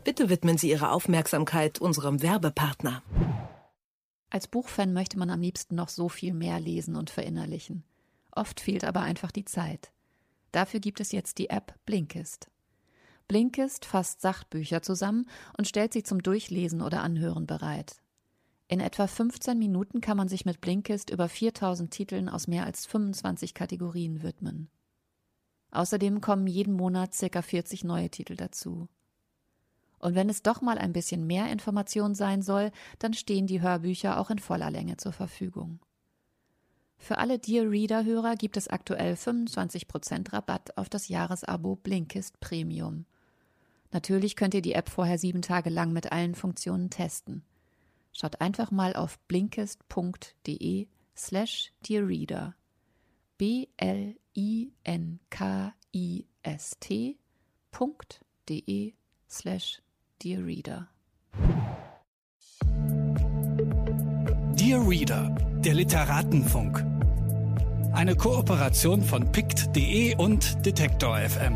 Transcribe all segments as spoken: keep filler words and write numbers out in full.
Bitte widmen Sie Ihre Aufmerksamkeit unserem Werbepartner. Als Buchfan möchte man am liebsten noch so viel mehr lesen und verinnerlichen. Oft fehlt aber einfach die Zeit. Dafür gibt es jetzt die App Blinkist. Blinkist fasst Sachbücher zusammen und stellt sie zum Durchlesen oder Anhören bereit. In etwa fünfzehn Minuten kann man sich mit Blinkist über viertausend Titeln aus mehr als fünfundzwanzig Kategorien widmen. Außerdem kommen jeden Monat ca. vierzig neue Titel dazu. Und wenn es doch mal ein bisschen mehr Information sein soll, dann stehen die Hörbücher auch in voller Länge zur Verfügung. Für alle Dear Reader-Hörer gibt es aktuell fünfundzwanzig Prozent Rabatt auf das Jahresabo Blinkist Premium. Natürlich könnt ihr die App vorher sieben Tage lang mit allen Funktionen testen. Schaut einfach mal auf blinkist.de slash dearreader. B-L-I-N-K-I-S-T Punkt de slash dearreader. Dear Reader, der Literatenfunk. Eine Kooperation von pict punkt de und Detektor F M.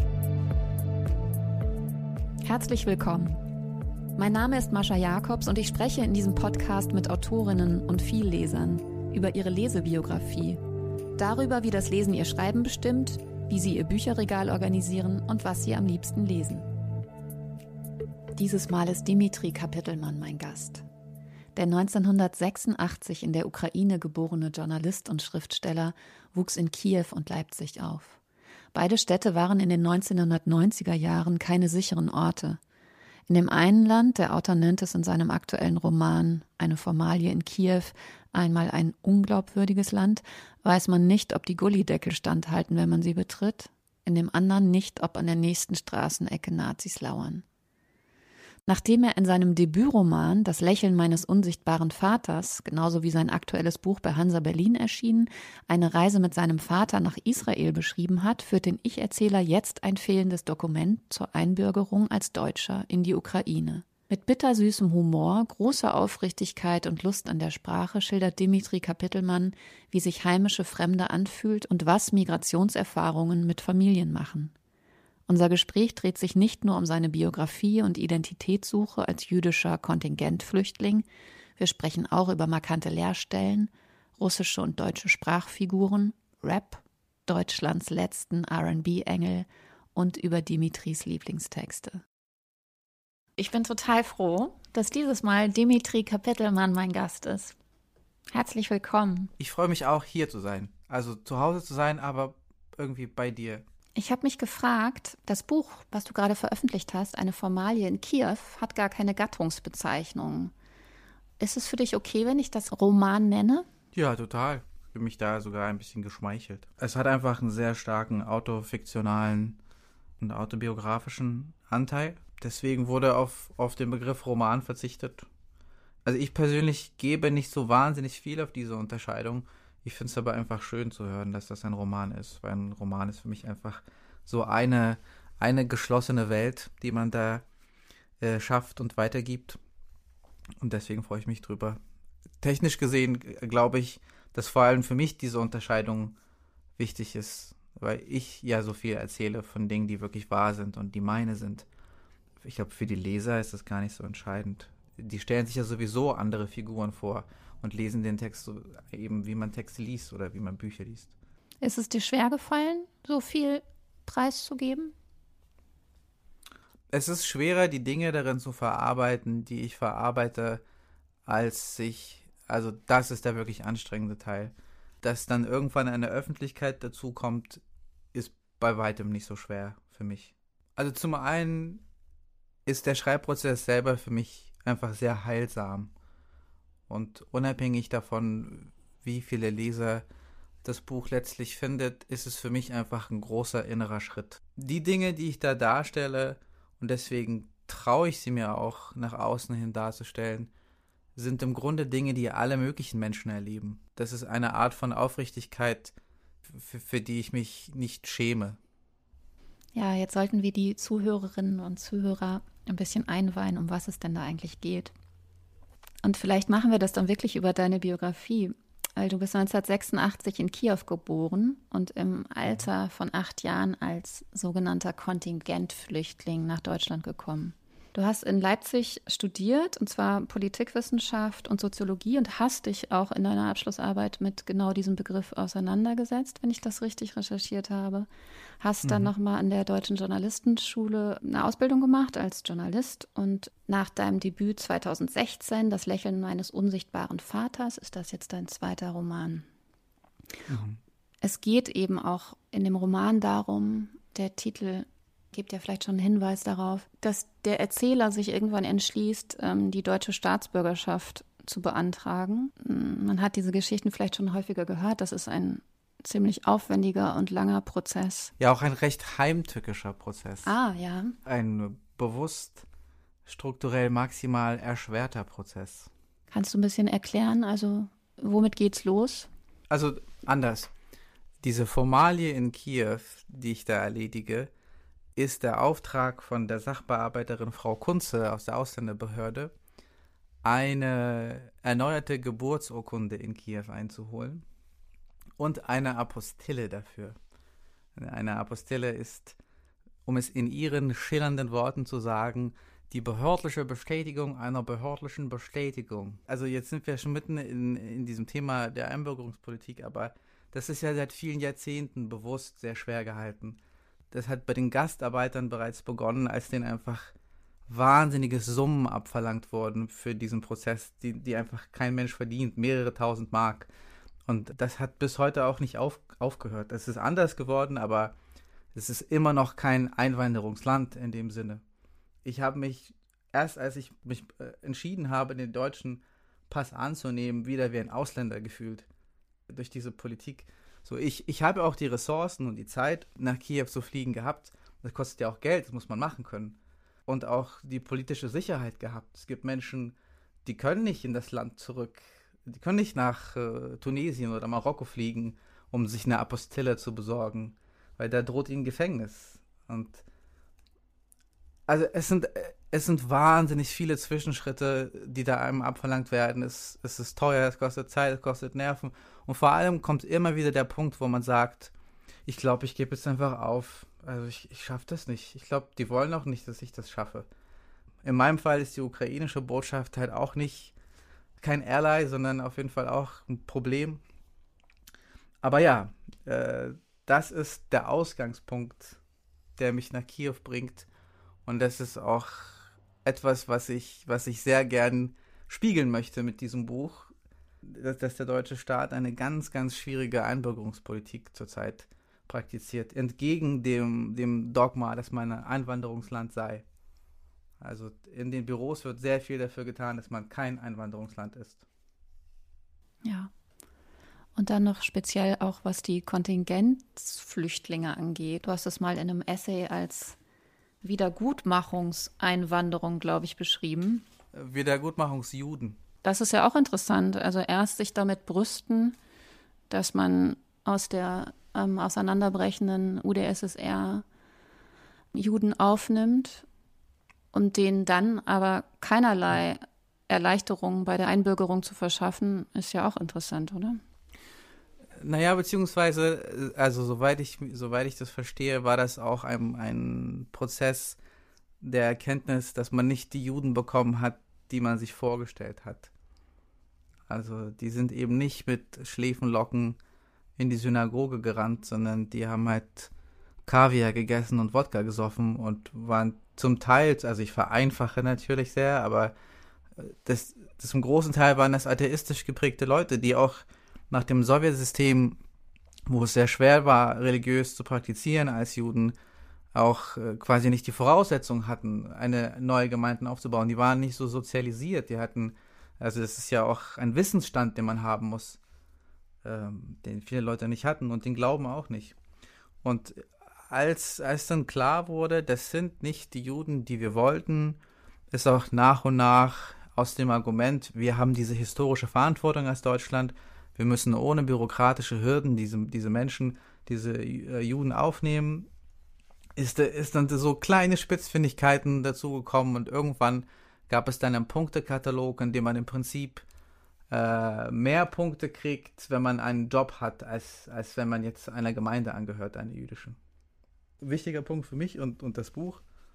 Herzlich willkommen. Mein Name ist Mascha Jakobs und ich spreche in diesem Podcast mit Autorinnen und Viellesern über ihre Lesebiografie, darüber, wie das Lesen ihr Schreiben bestimmt, wie sie ihr Bücherregal organisieren und was sie am liebsten lesen. Dieses Mal ist Dimitri Kapitelmann mein Gast. Der neunzehnhundertsechsundachtzig in der Ukraine geborene Journalist und Schriftsteller wuchs in Kiew und Leipzig auf. Beide Städte waren in den neunzehnhundertneunziger Jahren keine sicheren Orte. In dem einen Land, der Autor nennt es in seinem aktuellen Roman Eine Formalie in Kiew, einmal ein unglaubwürdiges Land, weiß man nicht, ob die Gullideckel standhalten, wenn man sie betritt. In dem anderen nicht, ob an der nächsten Straßenecke Nazis lauern. Nachdem er in seinem Debütroman Das Lächeln meines unsichtbaren Vaters, genauso wie sein aktuelles Buch bei Hansa Berlin erschienen, eine Reise mit seinem Vater nach Israel beschrieben hat, führt den Ich-Erzähler jetzt ein fehlendes Dokument zur Einbürgerung als Deutscher in die Ukraine. Mit bittersüßem Humor, großer Aufrichtigkeit und Lust an der Sprache schildert Dimitri Kapitelmann, wie sich heimische Fremde anfühlt und was Migrationserfahrungen mit Familien machen. Unser Gespräch dreht sich nicht nur um seine Biografie und Identitätssuche als jüdischer Kontingentflüchtling. Wir sprechen auch über markante Lehrstellen, russische und deutsche Sprachfiguren, Rap, Deutschlands letzten R and B-Engel und über Dimitris Lieblingstexte. Ich bin total froh, dass dieses Mal Dimitri Kapitelmann mein Gast ist. Herzlich willkommen. Ich freue mich auch, hier zu sein. Also zu Hause zu sein, aber irgendwie bei dir. Ich habe mich gefragt, das Buch, was du gerade veröffentlicht hast, Eine Formalie in Kiew, hat gar keine Gattungsbezeichnung. Ist es für dich okay, wenn ich das Roman nenne? Ja, total. Ich fühle mich da sogar ein bisschen geschmeichelt. Es hat einfach einen sehr starken autofiktionalen und autobiografischen Anteil. Deswegen wurde auf, auf den Begriff Roman verzichtet. Also ich persönlich gebe nicht so wahnsinnig viel auf diese Unterscheidung. Ich finde es aber einfach schön zu hören, dass das ein Roman ist, weil ein Roman ist für mich einfach so eine, eine geschlossene Welt, die man da äh, schafft und weitergibt. Und deswegen freue ich mich drüber. Technisch gesehen glaube ich, dass vor allem für mich diese Unterscheidung wichtig ist, weil ich ja so viel erzähle von Dingen, die wirklich wahr sind und die meine sind. Ich glaube, für die Leser ist das gar nicht so entscheidend. Die stellen sich ja sowieso andere Figuren vor und lesen den Text so eben, wie man Texte liest oder wie man Bücher liest. Ist es dir schwer gefallen, so viel preiszugeben? Es ist schwerer, die Dinge darin zu verarbeiten, die ich verarbeite, als sich, also das ist der wirklich anstrengende Teil. Dass dann irgendwann eine Öffentlichkeit dazu kommt, ist bei weitem nicht so schwer für mich. Also zum einen ist der Schreibprozess selber für mich einfach sehr heilsam. Und unabhängig davon, wie viele Leser das Buch letztlich findet, ist es für mich einfach ein großer innerer Schritt. Die Dinge, die ich da darstelle, und deswegen traue ich sie mir auch nach außen hin darzustellen, sind im Grunde Dinge, die alle möglichen Menschen erleben. Das ist eine Art von Aufrichtigkeit, für, für die ich mich nicht schäme. Ja, jetzt sollten wir die Zuhörerinnen und Zuhörer ein bisschen einweihen, um was es denn da eigentlich geht. Und vielleicht machen wir das dann wirklich über deine Biografie, weil du bist neunzehnhundertsechsundachtzig in Kiew geboren und im Alter von acht Jahren als sogenannter Kontingentflüchtling nach Deutschland gekommen. Du hast in Leipzig studiert, und zwar Politikwissenschaft und Soziologie, und hast dich auch in deiner Abschlussarbeit mit genau diesem Begriff auseinandergesetzt, wenn ich das richtig recherchiert habe. Hast dann Mhm. nochmal an der Deutschen Journalistenschule eine Ausbildung gemacht als Journalist, und nach deinem Debüt zweitausendsechzehn, Das Lächeln meines unsichtbaren Vaters, ist das jetzt dein zweiter Roman. Mhm. Es geht eben auch in dem Roman darum, der Titel gibt ja vielleicht schon einen Hinweis darauf, dass der Erzähler sich irgendwann entschließt, die deutsche Staatsbürgerschaft zu beantragen. Man hat diese Geschichten vielleicht schon häufiger gehört. Das ist ein ziemlich aufwendiger und langer Prozess. Ja, auch ein recht heimtückischer Prozess. Ah, ja. Ein bewusst strukturell maximal erschwerter Prozess. Kannst du ein bisschen erklären, also womit geht's los? Also anders. Diese Formalie in Kiew, die ich da erledige, ist der Auftrag von der Sachbearbeiterin Frau Kunze aus der Ausländerbehörde, eine erneuerte Geburtsurkunde in Kiew einzuholen und eine Apostille dafür. Eine Apostille ist, um es in ihren schillernden Worten zu sagen, die behördliche Bestätigung einer behördlichen Bestätigung. Also jetzt sind wir schon mitten in, in diesem Thema der Einbürgerungspolitik, aber das ist ja seit vielen Jahrzehnten bewusst sehr schwer gehalten. Das hat bei den Gastarbeitern bereits begonnen, als denen einfach wahnsinnige Summen abverlangt wurden für diesen Prozess, die, die einfach kein Mensch verdient, mehrere tausend Mark. Und das hat bis heute auch nicht auf, aufgehört. Es ist anders geworden, aber es ist immer noch kein Einwanderungsland in dem Sinne. Ich habe mich, erst als ich mich äh, entschieden habe, den deutschen Pass anzunehmen, wieder wie ein Ausländer gefühlt durch diese Politik. So, ich, ich habe auch die Ressourcen und die Zeit, nach Kiew zu fliegen gehabt. Das kostet ja auch Geld, das muss man machen können. Und auch die politische Sicherheit gehabt. Es gibt Menschen, die können nicht in das Land zurück. Die können nicht nach äh, Tunesien oder Marokko fliegen, um sich eine Apostille zu besorgen, weil da droht ihnen Gefängnis. Und also es sind, es sind wahnsinnig viele Zwischenschritte, die da einem abverlangt werden. Es, es ist teuer, es kostet Zeit, es kostet Nerven. Und vor allem kommt immer wieder der Punkt, wo man sagt, ich glaube, ich gebe jetzt einfach auf. Also ich, ich schaffe das nicht. Ich glaube, die wollen auch nicht, dass ich das schaffe. In meinem Fall ist die ukrainische Botschaft halt auch nicht kein Ally, sondern auf jeden Fall auch ein Problem. Aber ja, äh, das ist der Ausgangspunkt, der mich nach Kiew bringt. Und das ist auch etwas, was ich, was ich sehr gern spiegeln möchte mit diesem Buch, dass, dass der deutsche Staat eine ganz, ganz schwierige Einbürgerungspolitik zurzeit praktiziert, entgegen dem, dem Dogma, dass man ein Einwanderungsland sei. Also in den Büros wird sehr viel dafür getan, dass man kein Einwanderungsland ist. Ja. Und dann noch speziell auch, was die Kontingenzflüchtlinge angeht. Du hast es mal in einem Essay als Wiedergutmachungseinwanderung, glaube ich, beschrieben. Wiedergutmachungsjuden. Das ist ja auch interessant. Also erst sich damit brüsten, dass man aus der ähm, auseinanderbrechenden U d S S R Juden aufnimmt und denen dann aber keinerlei Erleichterung bei der Einbürgerung zu verschaffen, ist ja auch interessant, oder? Naja, beziehungsweise, also soweit ich, soweit ich das verstehe, war das auch ein, ein Prozess der Erkenntnis, dass man nicht die Juden bekommen hat, die man sich vorgestellt hat. Also die sind eben nicht mit Schläfenlocken in die Synagoge gerannt, sondern die haben halt Kaviar gegessen und Wodka gesoffen und waren zum Teil, also ich vereinfache natürlich sehr, aber das, das zum großen Teil waren das atheistisch geprägte Leute, die auch nach dem Sowjetsystem, wo es sehr schwer war, religiös zu praktizieren als Juden, auch äh, quasi nicht die Voraussetzung hatten, eine neue Gemeinden aufzubauen. Die waren nicht so sozialisiert. Die hatten, also das ist ja auch ein Wissensstand, den man haben muss, ähm, den viele Leute nicht hatten und den Glauben auch nicht. Und als, als dann klar wurde, das sind nicht die Juden, die wir wollten, ist auch nach und nach aus dem Argument, wir haben diese historische Verantwortung als Deutschland, wir müssen ohne bürokratische Hürden diese, diese Menschen, diese äh, Juden aufnehmen, ist, ist dann so kleine Spitzfindigkeiten dazugekommen und irgendwann gab es dann einen Punktekatalog, in dem man im Prinzip äh, mehr Punkte kriegt, wenn man einen Job hat, als, als wenn man jetzt einer Gemeinde angehört, einer jüdischen. Wichtiger Punkt für mich und, und das Buch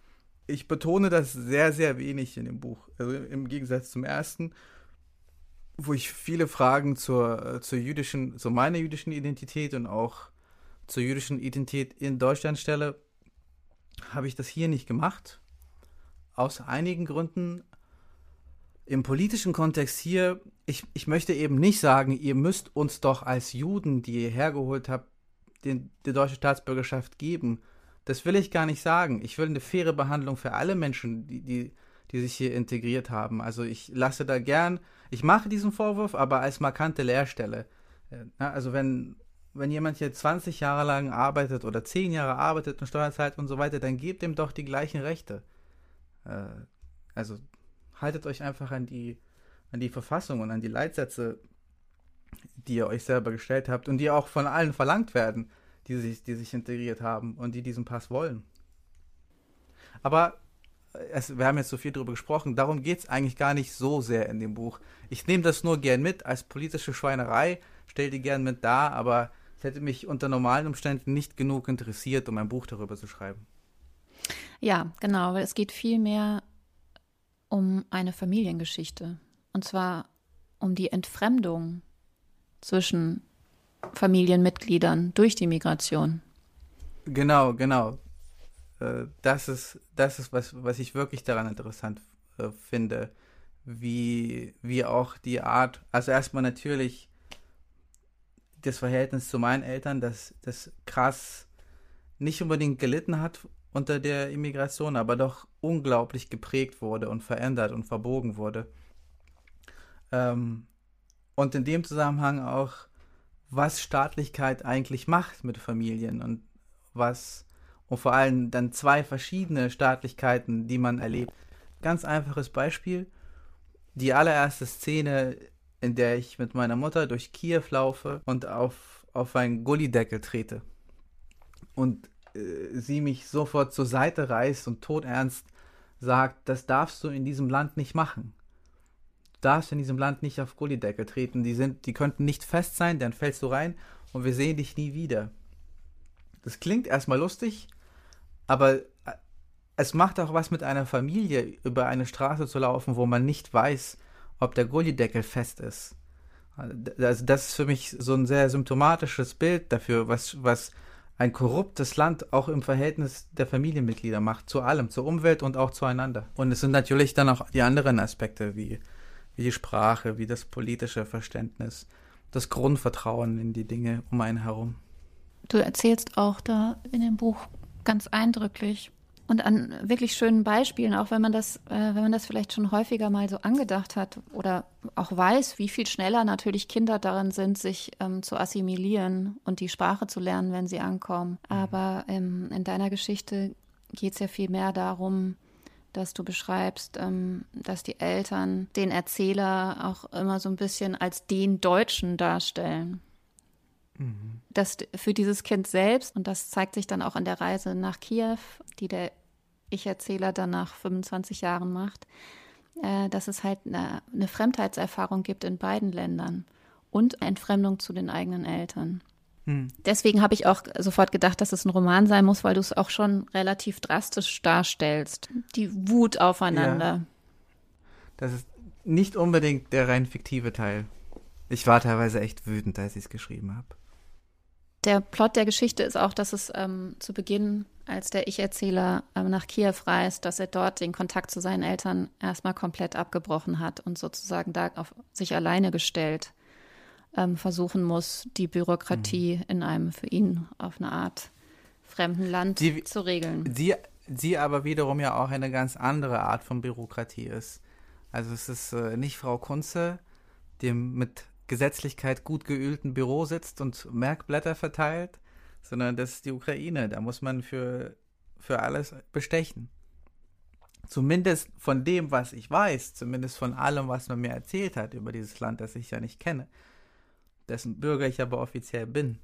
ich betone das sehr, sehr wenig in dem Buch. Also im Gegensatz zum ersten, wo ich viele Fragen zur, zur jüdischen, zu meiner jüdischen Identität und auch zur jüdischen Identität in Deutschland stelle, habe ich das hier nicht gemacht. Aus einigen Gründen. Im politischen Kontext hier, ich, ich möchte eben nicht sagen, ihr müsst uns doch als Juden, die ihr hergeholt habt, den, die deutsche Staatsbürgerschaft geben. Das will ich gar nicht sagen. Ich will eine faire Behandlung für alle Menschen, die, die, die sich hier integriert haben. Also ich lasse da gern, ich mache diesen Vorwurf, aber als markante Leerstelle. Ja, also wenn, wenn jemand hier zwanzig Jahre lang arbeitet oder zehn Jahre arbeitet und Steuern zahlt und so weiter, dann gebt ihm doch die gleichen Rechte. Äh, also haltet euch einfach an die, an die Verfassung und an die Leitsätze, die ihr euch selber gestellt habt und die auch von allen verlangt werden, die sich, die sich integriert haben und die diesen Pass wollen. Aber es, wir haben jetzt so viel darüber gesprochen, darum geht es eigentlich gar nicht so sehr in dem Buch. Ich nehme das nur gern mit als politische Schweinerei, stelle die gern mit dar, aber es hätte mich unter normalen Umständen nicht genug interessiert, um ein Buch darüber zu schreiben. Ja, genau, weil es geht viel mehr um eine Familiengeschichte. Und zwar um die Entfremdung zwischen Familienmitgliedern durch die Migration. Genau, genau. Das ist, das ist was, was ich wirklich daran interessant äh, finde, wie, wie auch die Art, also erstmal natürlich das Verhältnis zu meinen Eltern, das, das krass nicht unbedingt gelitten hat unter der Immigration, aber doch unglaublich geprägt wurde und verändert und verbogen wurde. Ähm, und in dem Zusammenhang auch, was Staatlichkeit eigentlich macht mit Familien und was, und vor allem dann zwei verschiedene Staatlichkeiten, die man erlebt. Ganz einfaches Beispiel, die allererste Szene, in der ich mit meiner Mutter durch Kiew laufe und auf, auf einen Gullideckel trete und äh, sie mich sofort zur Seite reißt und todernst sagt, das darfst du in diesem Land nicht machen. Du darfst in diesem Land nicht auf Gullideckel treten, die, sind, die könnten nicht fest sein, dann fällst du rein und wir sehen dich nie wieder. Das klingt erstmal lustig, aber es macht auch was mit einer Familie, über eine Straße zu laufen, wo man nicht weiß, ob der Gullideckel fest ist. Also das ist für mich so ein sehr symptomatisches Bild dafür, was, was ein korruptes Land auch im Verhältnis der Familienmitglieder macht, zu allem, zur Umwelt und auch zueinander. Und es sind natürlich dann auch die anderen Aspekte, wie, wie die Sprache, wie das politische Verständnis, das Grundvertrauen in die Dinge um einen herum. Du erzählst auch da in dem Buch ganz eindrücklich und an wirklich schönen Beispielen, auch wenn man das, äh, wenn man das vielleicht schon häufiger mal so angedacht hat oder auch weiß, wie viel schneller natürlich Kinder darin sind, sich ähm, zu assimilieren und die Sprache zu lernen, wenn sie ankommen. Aber ähm, in deiner Geschichte geht es ja viel mehr darum, dass du beschreibst, ähm, dass die Eltern den Erzähler auch immer so ein bisschen als den Deutschen darstellen. Mhm. Das für dieses Kind selbst, und das zeigt sich dann auch an der Reise nach Kiew, die der Ich-Erzähler dann nach fünfundzwanzig Jahren macht, äh, dass es halt eine, eine Fremdheitserfahrung gibt in beiden Ländern und Entfremdung zu den eigenen Eltern. Mhm. Deswegen habe ich auch sofort gedacht, dass es ein Roman sein muss, weil du es auch schon relativ drastisch darstellst. Die Wut aufeinander. Ja. Das ist nicht unbedingt der rein fiktive Teil. Ich war teilweise echt wütend, als ich es geschrieben habe. Der Plot der Geschichte ist auch, dass es ähm, zu Beginn, als der Ich-Erzähler ähm, nach Kiew reist, dass er dort den Kontakt zu seinen Eltern erstmal komplett abgebrochen hat und sozusagen da auf sich alleine gestellt ähm, versuchen muss, die Bürokratie mhm. in einem für ihn auf eine Art fremden Land die, zu regeln. Die, die aber wiederum ja auch eine ganz andere Art von Bürokratie ist. Also es ist äh, nicht Frau Kunze, die mit Gesetzlichkeit gut geölten Büro sitzt und Merkblätter verteilt, sondern das ist die Ukraine. Da muss man für, für alles bestechen. Zumindest von dem, was ich weiß, zumindest von allem, was man mir erzählt hat über dieses Land, das ich ja nicht kenne, dessen Bürger ich aber offiziell bin.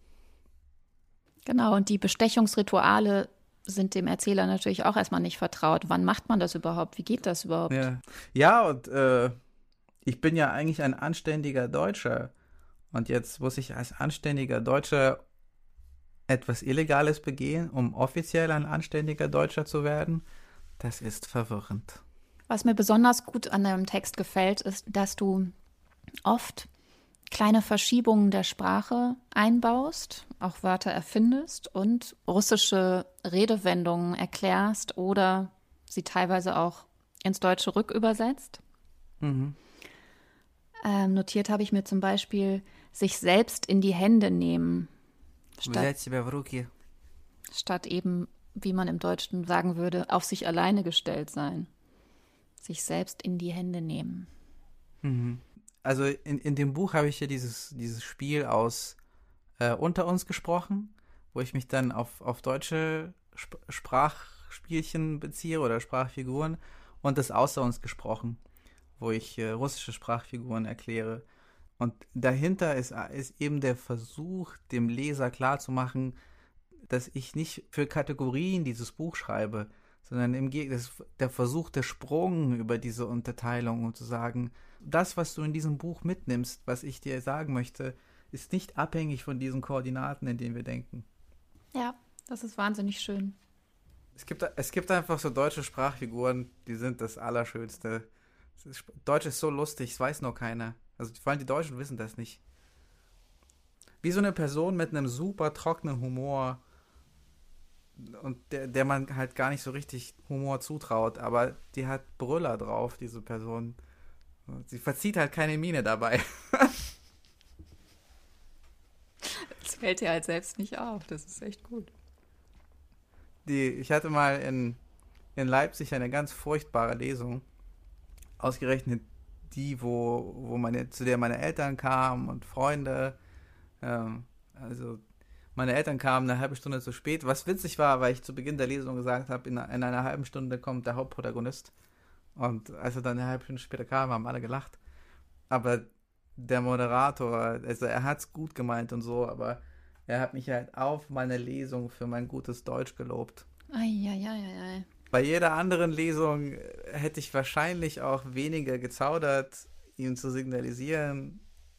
Genau, und die Bestechungsrituale sind dem Erzähler natürlich auch erstmal nicht vertraut. Wann macht man das überhaupt? Wie geht das überhaupt? Ja, ja und äh, ich bin ja eigentlich ein anständiger Deutscher und jetzt muss ich als anständiger Deutscher etwas Illegales begehen, um offiziell ein anständiger Deutscher zu werden. Das ist verwirrend. Was mir besonders gut an deinem Text gefällt, ist, dass du oft kleine Verschiebungen der Sprache einbaust, auch Wörter erfindest und russische Redewendungen erklärst oder sie teilweise auch ins Deutsche rückübersetzt. Mhm. Ähm, notiert habe ich mir zum Beispiel sich selbst in die Hände nehmen, statt, statt eben, wie man im Deutschen sagen würde, auf sich alleine gestellt sein. Sich selbst in die Hände nehmen. Mhm. Also in, in dem Buch habe ich ja dieses, dieses Spiel aus äh, Unter uns gesprochen, wo ich mich dann auf, auf deutsche Sp- Sprachspielchen beziehe oder Sprachfiguren und das Außer uns gesprochen, wo ich äh, russische Sprachfiguren erkläre. Und dahinter ist, ist eben der Versuch, dem Leser klarzumachen, dass ich nicht für Kategorien dieses Buch schreibe, sondern im Gegenteil, der Versuch, der Sprung über diese Unterteilung, um zu sagen, das, was du in diesem Buch mitnimmst, was ich dir sagen möchte, ist nicht abhängig von diesen Koordinaten, in denen wir denken. Ja, das ist wahnsinnig schön. Es gibt, es gibt einfach so deutsche Sprachfiguren, die sind das Allerschönste. Ist, Deutsch ist so lustig, das weiß noch keiner. Also vor allem die Deutschen wissen das nicht. Wie so eine Person mit einem super trockenen Humor und der, der man halt gar nicht so richtig Humor zutraut, aber die hat Brüller drauf, diese Person. Sie verzieht halt keine Miene dabei. Das fällt dir halt selbst nicht auf, das ist echt gut. Die, ich hatte mal in, in Leipzig eine ganz furchtbare Lesung, ausgerechnet die, wo, wo meine, zu der meine Eltern kamen und Freunde. Ähm, also meine Eltern kamen eine halbe Stunde zu spät, was witzig war, weil ich zu Beginn der Lesung gesagt habe, in, in einer halben Stunde kommt der Hauptprotagonist. Und als er dann eine halbe Stunde später kam, haben alle gelacht. Aber der Moderator, also er hat es gut gemeint und so, aber er hat mich halt auf meine Lesung für mein gutes Deutsch gelobt. Eieieiei. Bei jeder anderen Lesung hätte ich wahrscheinlich auch weniger gezaudert, ihm zu signalisieren,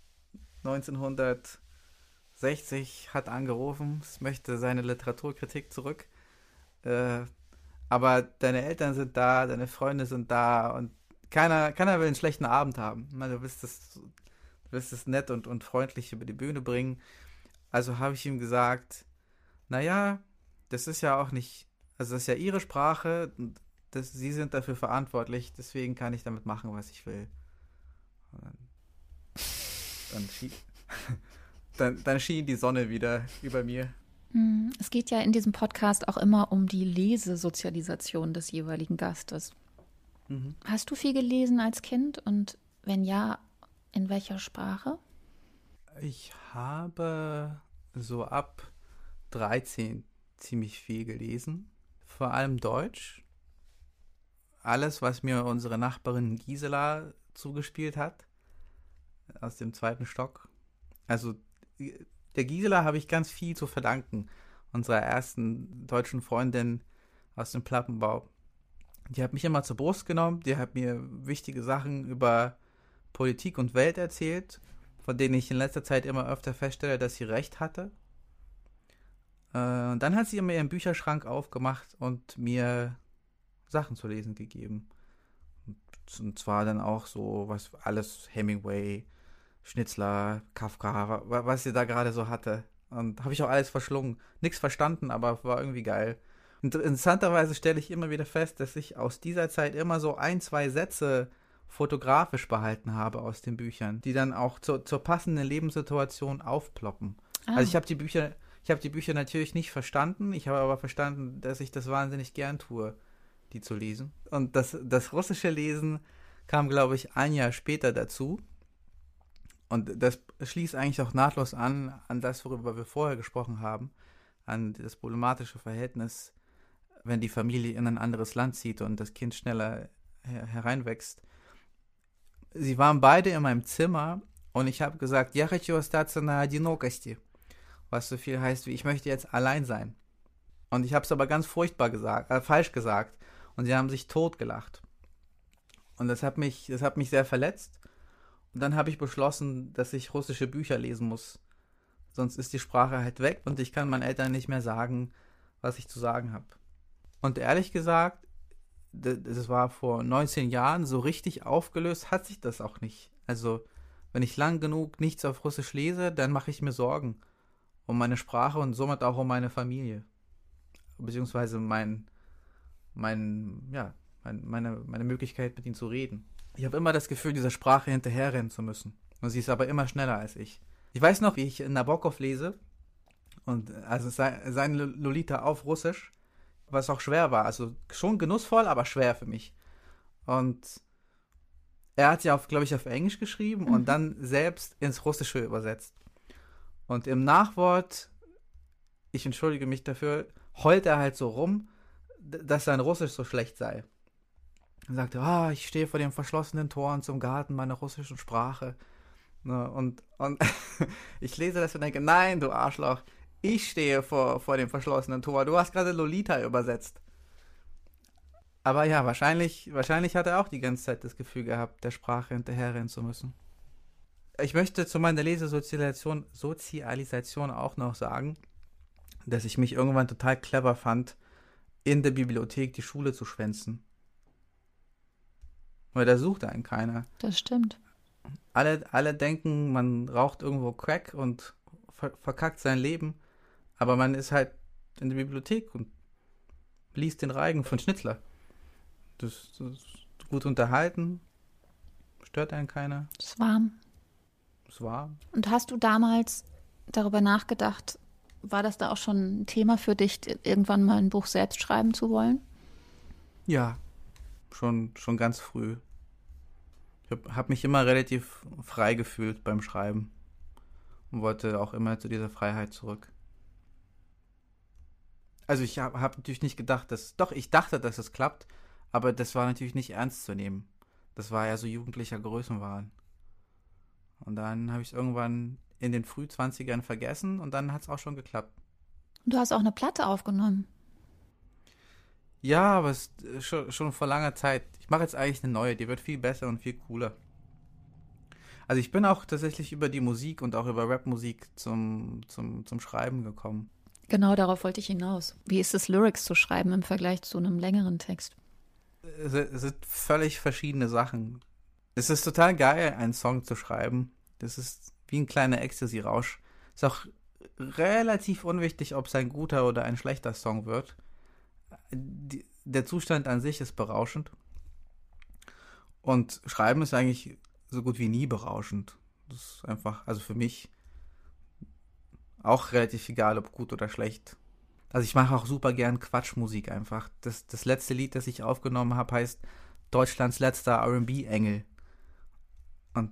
neunzehnhundertsechzig hat angerufen, es möchte seine Literaturkritik zurück. Äh, aber deine Eltern sind da, deine Freunde sind da und keiner, keiner will einen schlechten Abend haben. Du willst es, du willst es nett und, und freundlich über die Bühne bringen. Also habe ich ihm gesagt, naja, das ist ja auch nicht, also das ist ja ihre Sprache, das, sie sind dafür verantwortlich, deswegen kann ich damit machen, was ich will. Und dann, dann, schien, dann, dann schien die Sonne wieder über mir. Es geht ja in diesem Podcast auch immer um die Lesesozialisation des jeweiligen Gastes. Mhm. Hast du viel gelesen als Kind und wenn ja, in welcher Sprache? Ich habe so ab dreizehn ziemlich viel gelesen, vor allem Deutsch. Alles, was mir unsere Nachbarin Gisela zugespielt hat, aus dem zweiten Stock. Also der Gisela habe ich ganz viel zu verdanken, unserer ersten deutschen Freundin aus dem Plattenbau. Die hat mich immer zur Brust genommen, die hat mir wichtige Sachen über Politik und Welt erzählt, von denen ich in letzter Zeit immer öfter feststelle, dass sie recht hatte. Äh, und dann hat sie mir ihren Bücherschrank aufgemacht und mir Sachen zu lesen gegeben. Und zwar dann auch so, was alles Hemingway, Schnitzler, Kafka, was sie da gerade so hatte. Und habe ich auch alles verschlungen. Nichts verstanden, aber war irgendwie geil. Und interessanterweise stelle ich immer wieder fest, dass ich aus dieser Zeit immer so ein, zwei Sätze fotografisch behalten habe aus den Büchern, die dann auch zur, zur passenden Lebenssituation aufploppen. Ah. Also ich habe die Bücher, ich habe die Bücher natürlich nicht verstanden, ich habe aber verstanden, dass ich das wahnsinnig gern tue, die zu lesen. Und das, das russische Lesen kam, glaube ich, ein Jahr später dazu. Und das schließt eigentlich auch nahtlos an, an das, worüber wir vorher gesprochen haben, an das problematische Verhältnis, wenn die Familie in ein anderes Land zieht und das Kind schneller her- hereinwächst. Sie waren beide in meinem Zimmer und ich habe gesagt, я хочу остаться на одинокости, was so viel heißt wie, ich möchte jetzt allein sein. Und ich habe es aber ganz furchtbar gesagt, äh, falsch gesagt und sie haben sich totgelacht. Und das hat mich, das hat mich sehr verletzt. Und dann habe ich beschlossen, dass ich russische Bücher lesen muss. Sonst ist die Sprache halt weg und ich kann meinen Eltern nicht mehr sagen, was ich zu sagen habe. Und ehrlich gesagt, das war vor neunzehn Jahren, so richtig aufgelöst hat sich das auch nicht. Also, wenn ich lang genug nichts auf Russisch lese, dann mache ich mir Sorgen um meine Sprache und somit auch um meine Familie. Beziehungsweise mein, mein, ja, mein, meine, meine Möglichkeit, mit ihnen zu reden. Ich habe immer das Gefühl, dieser Sprache hinterherrennen zu müssen. Und sie ist aber immer schneller als ich. Ich weiß noch, wie ich Nabokov lese, und also sein Lolita auf Russisch, was auch schwer war. Also schon genussvoll, aber schwer für mich. Und er hat ja, glaube ich, auf Englisch geschrieben mhm. und dann selbst ins Russische übersetzt. Und im Nachwort, ich entschuldige mich dafür, heult er halt so rum, dass sein Russisch so schlecht sei. Er sagte, ah, ich stehe vor den verschlossenen Toren zum Garten meiner russischen Sprache. Und, und ich lese das und denke, nein, du Arschloch, ich stehe vor, vor dem verschlossenen Tor. Du hast gerade Lolita übersetzt. Aber ja, wahrscheinlich, wahrscheinlich hat er auch die ganze Zeit das Gefühl gehabt, der Sprache hinterherrennen zu müssen. Ich möchte zu meiner Lesesozialisation Sozialisation auch noch sagen, dass ich mich irgendwann total clever fand, in der Bibliothek die Schule zu schwänzen. Weil da sucht einen keiner. Das stimmt. Alle, alle denken, man raucht irgendwo Crack und ver- verkackt sein Leben, aber man ist halt in der Bibliothek und liest den Reigen von Schnitzler. Das, das ist gut unterhalten, stört einen keiner. Es ist warm. Es ist warm. Und hast du damals darüber nachgedacht, war das da auch schon ein Thema für dich, irgendwann mal ein Buch selbst schreiben zu wollen? Ja, schon, schon ganz früh. Ich habe hab mich immer relativ frei gefühlt beim Schreiben und wollte auch immer zu dieser Freiheit zurück. Also ich habe hab natürlich nicht gedacht, dass, doch, ich dachte, dass es klappt, aber das war natürlich nicht ernst zu nehmen. Das war ja so jugendlicher Größenwahn. Und dann habe ich es irgendwann in den Frühzwanzigern vergessen und dann hat es auch schon geklappt. Du hast auch eine Platte aufgenommen. Ja, aber es ist schon, schon vor langer Zeit. Ich mache jetzt eigentlich eine neue, die wird viel besser und viel cooler. Also ich bin auch tatsächlich über die Musik und auch über Rapmusik zum, zum, zum Schreiben gekommen. Genau, darauf wollte ich hinaus. Wie ist es, Lyrics zu schreiben im Vergleich zu einem längeren Text? Es sind völlig verschiedene Sachen. Es ist total geil, einen Song zu schreiben. Das ist wie ein kleiner Ecstasy-Rausch. Ist auch relativ unwichtig, ob es ein guter oder ein schlechter Song wird. Die, der Zustand an sich ist berauschend. Und Schreiben ist eigentlich so gut wie nie berauschend. Das ist einfach, also für mich auch relativ egal, ob gut oder schlecht. Also ich mache auch super gern Quatschmusik einfach. Das, das letzte Lied, das ich aufgenommen habe, heißt Deutschlands letzter R and B-Engel. Und,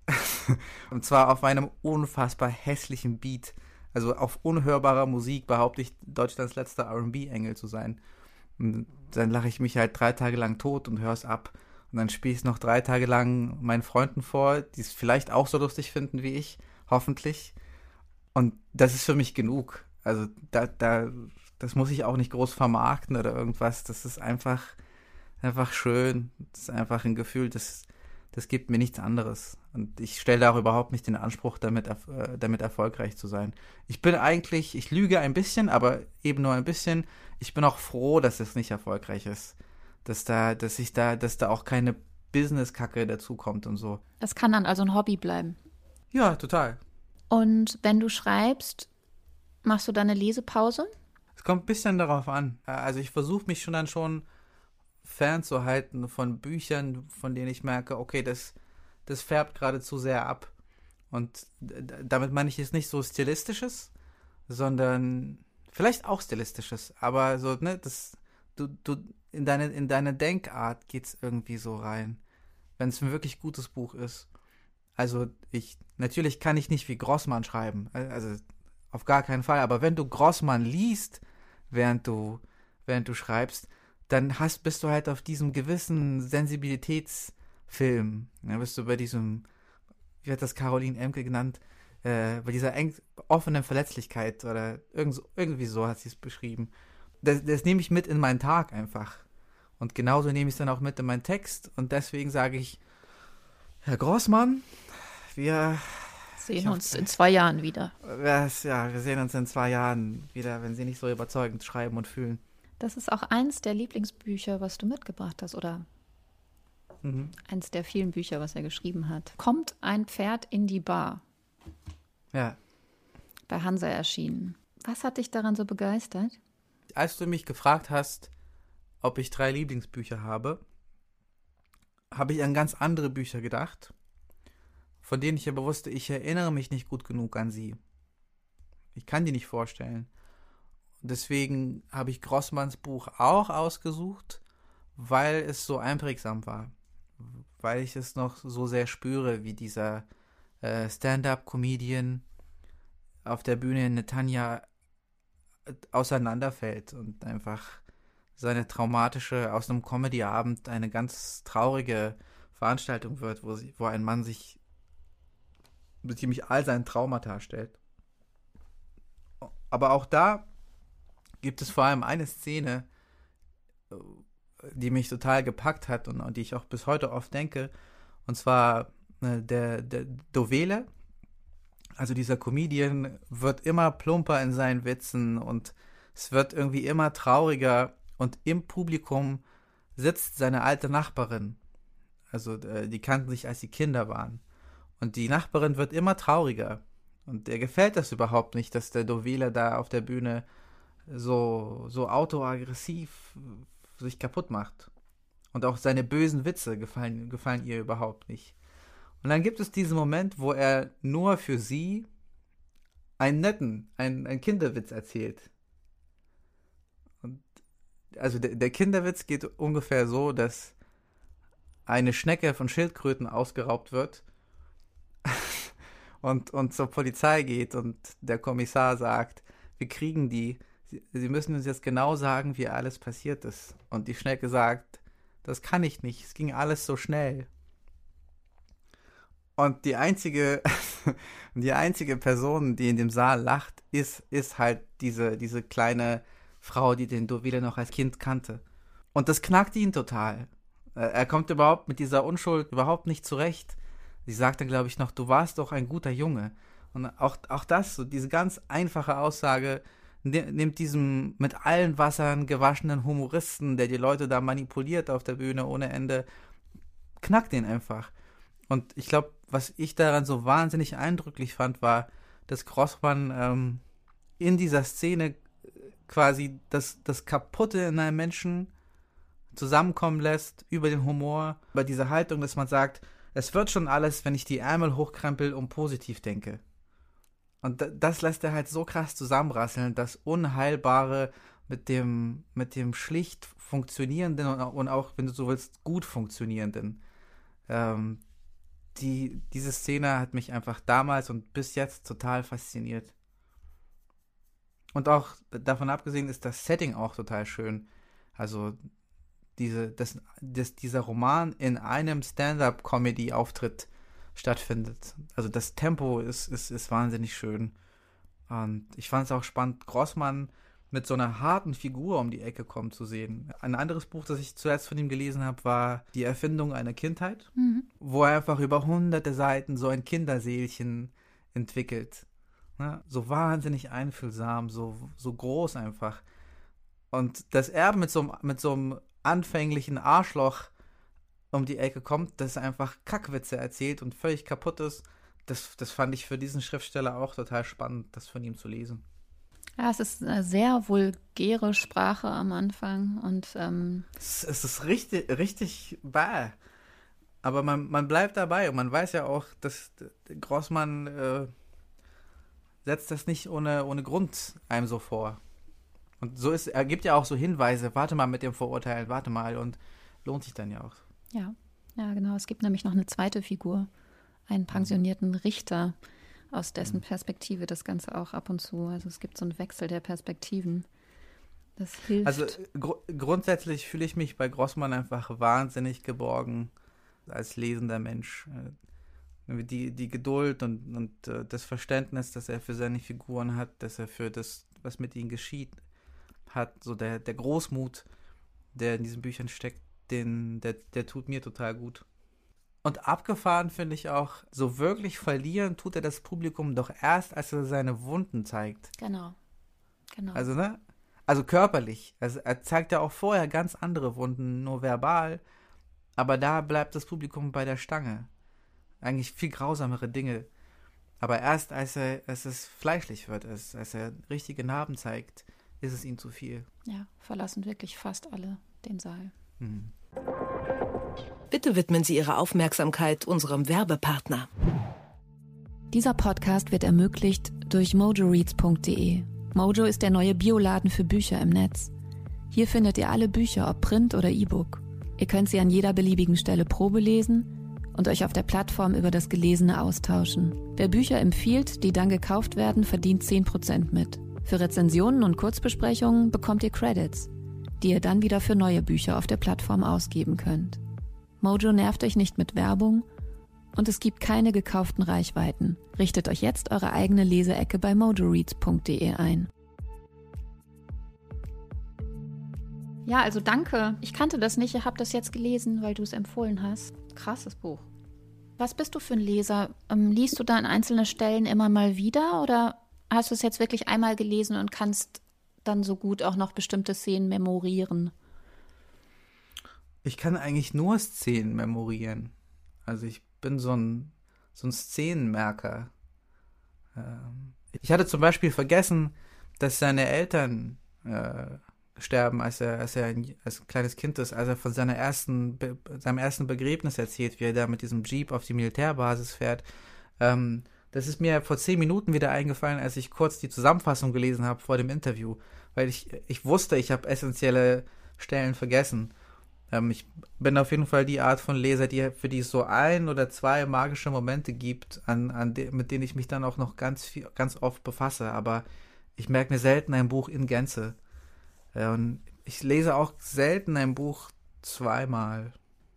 und zwar auf einem unfassbar hässlichen Beat. Also auf unhörbarer Musik behaupte ich, Deutschlands letzter R and B-Engel zu sein. Und dann lache ich mich halt drei Tage lang tot und höre es ab. Und dann spiele ich es noch drei Tage lang meinen Freunden vor, die es vielleicht auch so lustig finden wie ich, hoffentlich. Und das ist für mich genug. Also da, da, das muss ich auch nicht groß vermarkten oder irgendwas. Das ist einfach, einfach schön. Das ist einfach ein Gefühl, das, das gibt mir nichts anderes. Und ich stelle auch überhaupt nicht den Anspruch, damit, äh, damit erfolgreich zu sein. Ich bin eigentlich, ich lüge ein bisschen, aber eben nur ein bisschen. Ich bin auch froh, dass es nicht erfolgreich ist. Dass da, dass ich da, dass da auch keine Business-Kacke dazukommt und so. Das kann dann also ein Hobby bleiben. Ja, total. Und wenn du schreibst, machst du dann eine Lesepause? Es kommt ein bisschen darauf an. Also ich versuche mich schon dann schon fernzuhalten von Büchern, von denen ich merke, okay, das, das färbt gerade zu sehr ab. Und damit meine ich jetzt nicht so Stilistisches, sondern vielleicht auch Stilistisches, aber so, ne, das, du, du, in deine, in deine Denkart geht's irgendwie so rein, wenn es ein wirklich gutes Buch ist. Also ich, natürlich kann ich nicht wie Grossmann schreiben, also auf gar keinen Fall, aber wenn du Grossmann liest, während du, während du schreibst, dann hast, bist du halt auf diesem gewissen Sensibilitätsfilm, dann bist du bei diesem, wie hat das Caroline Emke genannt, äh, bei dieser eng, offenen Verletzlichkeit oder irgend, irgendwie so hat sie es beschrieben. Das, das nehme ich mit in meinen Tag einfach. Und genauso nehme ich es dann auch mit in meinen Text und deswegen sage ich, Herr Grossmann, wir sehen uns in zwei Jahren wieder. Ja, wir sehen uns in zwei Jahren wieder, wenn Sie nicht so überzeugend schreiben und fühlen. Das ist auch eins der Lieblingsbücher, was du mitgebracht hast, oder mhm. eins der vielen Bücher, was er geschrieben hat. Kommt ein Pferd in die Bar? Ja. Bei Hansa erschienen. Was hat dich daran so begeistert? Als du mich gefragt hast, ob ich drei Lieblingsbücher habe, habe ich an ganz andere Bücher gedacht, von denen ich aber wusste, ich erinnere mich nicht gut genug an sie. Ich kann die nicht vorstellen. Und deswegen habe ich Grossmanns Buch auch ausgesucht, weil es so einprägsam war. Weil ich es noch so sehr spüre, wie dieser äh, Stand-up-Comedian auf der Bühne in Netanya auseinanderfällt und einfach seine traumatische, aus einem Comedy-Abend eine ganz traurige Veranstaltung wird, wo, sie, wo ein Mann sich ziemlich all seinen Traumata stellt. Aber auch da gibt es vor allem eine Szene, die mich total gepackt hat und an die ich auch bis heute oft denke, und zwar äh, der, der Dovele, also dieser Comedian, wird immer plumper in seinen Witzen und es wird irgendwie immer trauriger. Und im Publikum sitzt seine alte Nachbarin. Also äh, die kannten sich, als sie Kinder waren. Und die Nachbarin wird immer trauriger. Und der gefällt das überhaupt nicht, dass der Dovele da auf der Bühne so, so autoaggressiv sich kaputt macht. Und auch seine bösen Witze gefallen, gefallen ihr überhaupt nicht. Und dann gibt es diesen Moment, wo er nur für sie einen netten, einen, einen Kinderwitz erzählt. Also der, der Kinderwitz geht ungefähr so, dass eine Schnecke von Schildkröten ausgeraubt wird und, und zur Polizei geht und der Kommissar sagt, wir kriegen die, sie, sie müssen uns jetzt genau sagen, wie alles passiert ist. Und die Schnecke sagt, das kann ich nicht, es ging alles so schnell. Und die einzige, die einzige Person, die in dem Saal lacht, ist, ist halt diese, diese kleine Frau, die den Dovele noch als Kind kannte. Und das knackt ihn total. Er kommt überhaupt mit dieser Unschuld überhaupt nicht zurecht. Sie sagt dann, glaube ich, noch, du warst doch ein guter Junge. Und auch, auch das, so diese ganz einfache Aussage, nimmt diesem mit allen Wassern gewaschenen Humoristen, der die Leute da manipuliert auf der Bühne ohne Ende, knackt ihn einfach. Und ich glaube, was ich daran so wahnsinnig eindrücklich fand, war, dass Grossmann ähm, in dieser Szene quasi das, das Kaputte in einem Menschen zusammenkommen lässt über den Humor, über diese Haltung, dass man sagt, es wird schon alles, wenn ich die Ärmel hochkrempel und positiv denke. Und das lässt er halt so krass zusammenrasseln, das Unheilbare mit dem, mit dem schlicht funktionierenden und auch, wenn du so willst, gut funktionierenden. Ähm, die, diese Szene hat mich einfach damals und bis jetzt total fasziniert. Und auch davon abgesehen ist das Setting auch total schön. Also diese, dass, dass dieser Roman in einem Stand-up-Comedy-Auftritt stattfindet. Also das Tempo ist, ist, ist wahnsinnig schön. Und ich fand es auch spannend, Grossmann mit so einer harten Figur um die Ecke kommen zu sehen. Ein anderes Buch, das ich zuletzt von ihm gelesen habe, war Die Erfindung einer Kindheit, mhm. wo er einfach über hunderte Seiten so ein Kinderseelchen entwickelt. Ne? So wahnsinnig einfühlsam, so, so groß einfach. Und dass er mit so, mit so einem anfänglichen Arschloch um die Ecke kommt, das einfach Kackwitze erzählt und völlig kaputt ist, das, das fand ich für diesen Schriftsteller auch total spannend, das von ihm zu lesen. Ja, es ist eine sehr vulgäre Sprache am Anfang und ähm es, es ist richtig, richtig bäh. Aber man, man bleibt dabei und man weiß ja auch, dass Grossmann äh, setzt das nicht ohne, ohne Grund einem so vor. Und so ist, er gibt ja auch so Hinweise, warte mal mit dem Vorurteilen, warte mal, und lohnt sich dann ja auch. Ja, ja, genau. Es gibt nämlich noch eine zweite Figur, einen pensionierten Richter, aus dessen Perspektive das Ganze auch ab und zu, also es gibt so einen Wechsel der Perspektiven. Das hilft. Also gr- grundsätzlich fühle ich mich bei Grossmann einfach wahnsinnig geborgen als lesender Mensch. Die, die Geduld und, und uh, das Verständnis, das er für seine Figuren hat, dass er für das, was mit ihnen geschieht, hat, so der, der Großmut, der in diesen Büchern steckt, den, der, der tut mir total gut. Und abgefahren finde ich auch, so wirklich verlieren tut er das Publikum doch erst, als er seine Wunden zeigt. Genau, genau. Also, ne? also körperlich. Also er zeigt ja auch vorher ganz andere Wunden, nur verbal. Aber da bleibt das Publikum bei der Stange. Eigentlich viel grausamere Dinge. Aber erst als, er, als es fleischlich wird, als, als er richtige Narben zeigt, ist es ihm zu viel. Ja, verlassen wirklich fast alle den Saal. Mhm. Bitte widmen Sie Ihre Aufmerksamkeit unserem Werbepartner. Dieser Podcast wird ermöglicht durch mojo reads punkt de. Mojo ist der neue Bioladen für Bücher im Netz. Hier findet ihr alle Bücher, ob Print oder E-Book. Ihr könnt sie an jeder beliebigen Stelle Probe lesen und euch auf der Plattform über das Gelesene austauschen. Wer Bücher empfiehlt, die dann gekauft werden, verdient zehn Prozent mit. Für Rezensionen und Kurzbesprechungen bekommt ihr Credits, die ihr dann wieder für neue Bücher auf der Plattform ausgeben könnt. Mojo nervt euch nicht mit Werbung und es gibt keine gekauften Reichweiten. Richtet euch jetzt eure eigene Leseecke bei mojo reads punkt de ein. Ja, also danke. Ich kannte das nicht, ich habe das jetzt gelesen, weil du es empfohlen hast. Krasses Buch. Was bist du für ein Leser? Ähm, liest du da an einzelne Stellen immer mal wieder oder hast du es jetzt wirklich einmal gelesen und kannst dann so gut auch noch bestimmte Szenen memorieren? Ich kann eigentlich nur Szenen memorieren. Also ich bin so ein, so ein Szenenmerker. Ähm, ich hatte zum Beispiel vergessen, dass seine Eltern äh, sterben, als er, als er ein, als ein kleines Kind ist, als er von seiner ersten, Be- seinem ersten Begräbnis erzählt, wie er da mit diesem Jeep auf die Militärbasis fährt. Ähm, das ist mir vor zehn Minuten wieder eingefallen, als ich kurz die Zusammenfassung gelesen habe vor dem Interview, weil ich, ich wusste, ich habe essentielle Stellen vergessen. Ähm, ich bin auf jeden Fall die Art von Leser, die, für die es so ein oder zwei magische Momente gibt, an, an de, mit denen ich mich dann auch noch ganz viel, ganz oft befasse, aber ich merke mir selten ein Buch in Gänze. Ja, und ich lese auch selten ein Buch zweimal.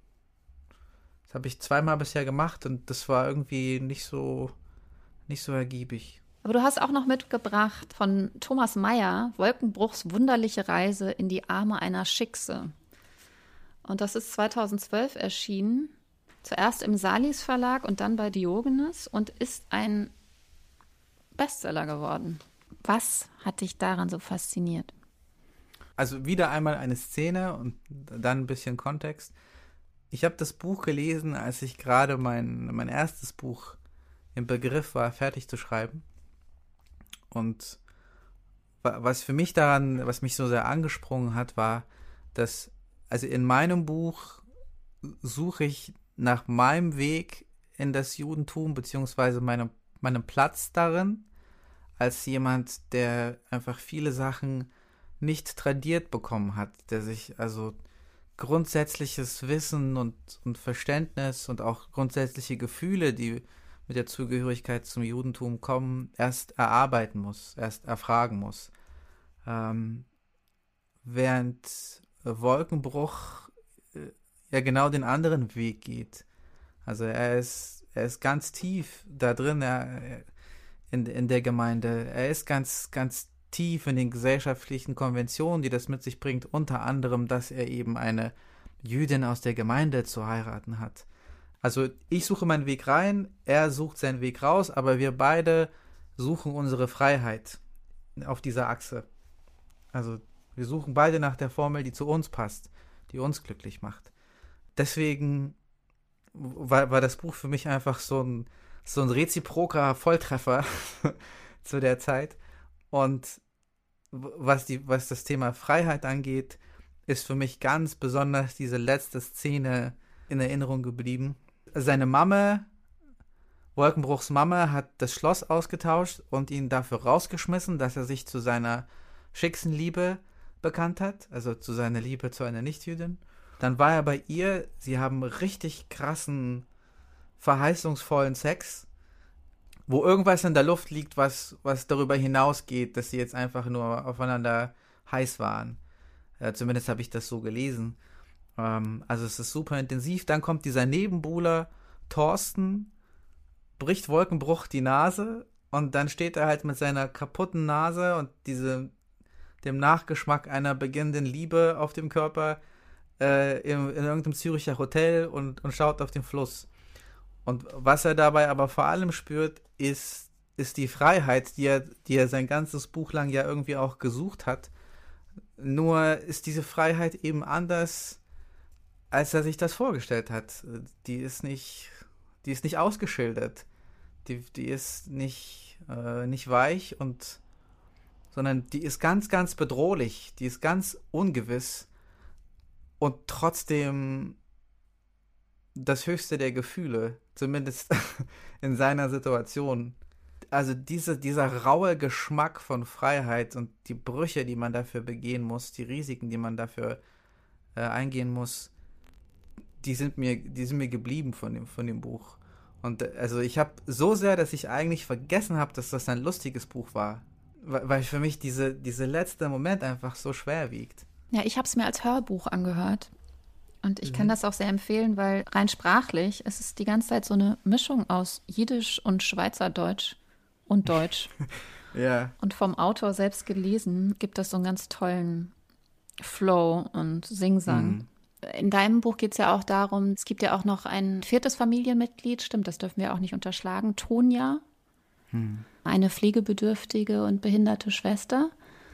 Das habe ich zweimal bisher gemacht und das war irgendwie nicht so, nicht so ergiebig. Aber du hast auch noch mitgebracht von Thomas Mayer, Wolkenbruchs wunderliche Reise in die Arme einer Schickse. Und das ist zweitausendzwölf erschienen, zuerst im Salis Verlag und dann bei Diogenes und ist ein Bestseller geworden. Was hat dich daran so fasziniert? Also wieder einmal eine Szene und dann ein bisschen Kontext. Ich habe das Buch gelesen, als ich gerade mein, mein erstes Buch im Begriff war, fertig zu schreiben. Und was für mich daran, was mich so sehr angesprungen hat, war, dass, also in meinem Buch suche ich nach meinem Weg in das Judentum, beziehungsweise meinem, meinem Platz darin, als jemand, der einfach viele Sachen nicht tradiert bekommen hat, der sich also grundsätzliches Wissen und, und Verständnis und auch grundsätzliche Gefühle, die mit der Zugehörigkeit zum Judentum kommen, erst erarbeiten muss, erst erfragen muss. Ähm, während Wolkenbruch äh, ja genau den anderen Weg geht. Also er ist, er ist ganz tief da drin, er, in, in der Gemeinde. Er ist ganz, ganz tief in den gesellschaftlichen Konventionen, die das mit sich bringt, unter anderem, dass er eben eine Jüdin aus der Gemeinde zu heiraten hat. Also ich suche meinen Weg rein, er sucht seinen Weg raus, aber wir beide suchen unsere Freiheit auf dieser Achse. Also wir suchen beide nach der Formel, die zu uns passt, die uns glücklich macht. Deswegen war, war das Buch für mich einfach so ein, so ein reziproker Volltreffer zu der Zeit. Und was, die, was das Thema Freiheit angeht, ist für mich ganz besonders diese letzte Szene in Erinnerung geblieben. Seine Mama, Wolkenbruchs Mama, hat das Schloss ausgetauscht und ihn dafür rausgeschmissen, dass er sich zu seiner schicksten Liebe bekannt hat, also zu seiner Liebe zu einer Nichtjüdin. Dann war er bei ihr, sie haben richtig krassen, verheißungsvollen Sex, wo irgendwas in der Luft liegt, was, was darüber hinausgeht, dass sie jetzt einfach nur aufeinander heiß waren. Ja, zumindest habe ich das so gelesen. Ähm, also es ist super intensiv. Dann kommt dieser Nebenbuhler Thorsten, bricht Wolkenbruch die Nase und dann steht er halt mit seiner kaputten Nase und diese, dem Nachgeschmack einer beginnenden Liebe auf dem Körper äh, in, in irgendeinem Züricher Hotel und, und schaut auf den Fluss. Und was er dabei aber vor allem spürt, ist, ist die Freiheit, die er, die er sein ganzes Buch lang ja irgendwie auch gesucht hat, Nur ist diese Freiheit eben anders, als er sich das vorgestellt hat. Die ist nicht, die ist nicht ausgeschildert. Die, die ist nicht, äh, nicht weich und sondern die ist ganz, ganz bedrohlich. Die ist ganz ungewiss und trotzdem das höchste der Gefühle, zumindest in seiner Situation. Also diese, dieser raue Geschmack von Freiheit und die Brüche, die man dafür begehen muss, die Risiken, die man dafür äh, eingehen muss, die sind mir, die sind mir geblieben von dem, von dem Buch. Und äh, also ich habe so sehr, dass ich eigentlich vergessen habe, dass das ein lustiges Buch war, weil, weil für mich diese, diese letzte Moment einfach so schwer wiegt. Ja, ich habe es mir als Hörbuch angehört. Und ich Mhm. kann das auch sehr empfehlen, weil rein sprachlich ist es die ganze Zeit so eine Mischung aus Jiddisch und Schweizerdeutsch und Deutsch. Ja. Und vom Autor selbst gelesen gibt es so einen ganz tollen Flow und Singsang. Mhm. In deinem Buch geht es ja auch darum, es gibt ja auch noch ein viertes Familienmitglied, stimmt, das dürfen wir auch nicht unterschlagen, Tonja, Mhm. eine pflegebedürftige und behinderte Schwester.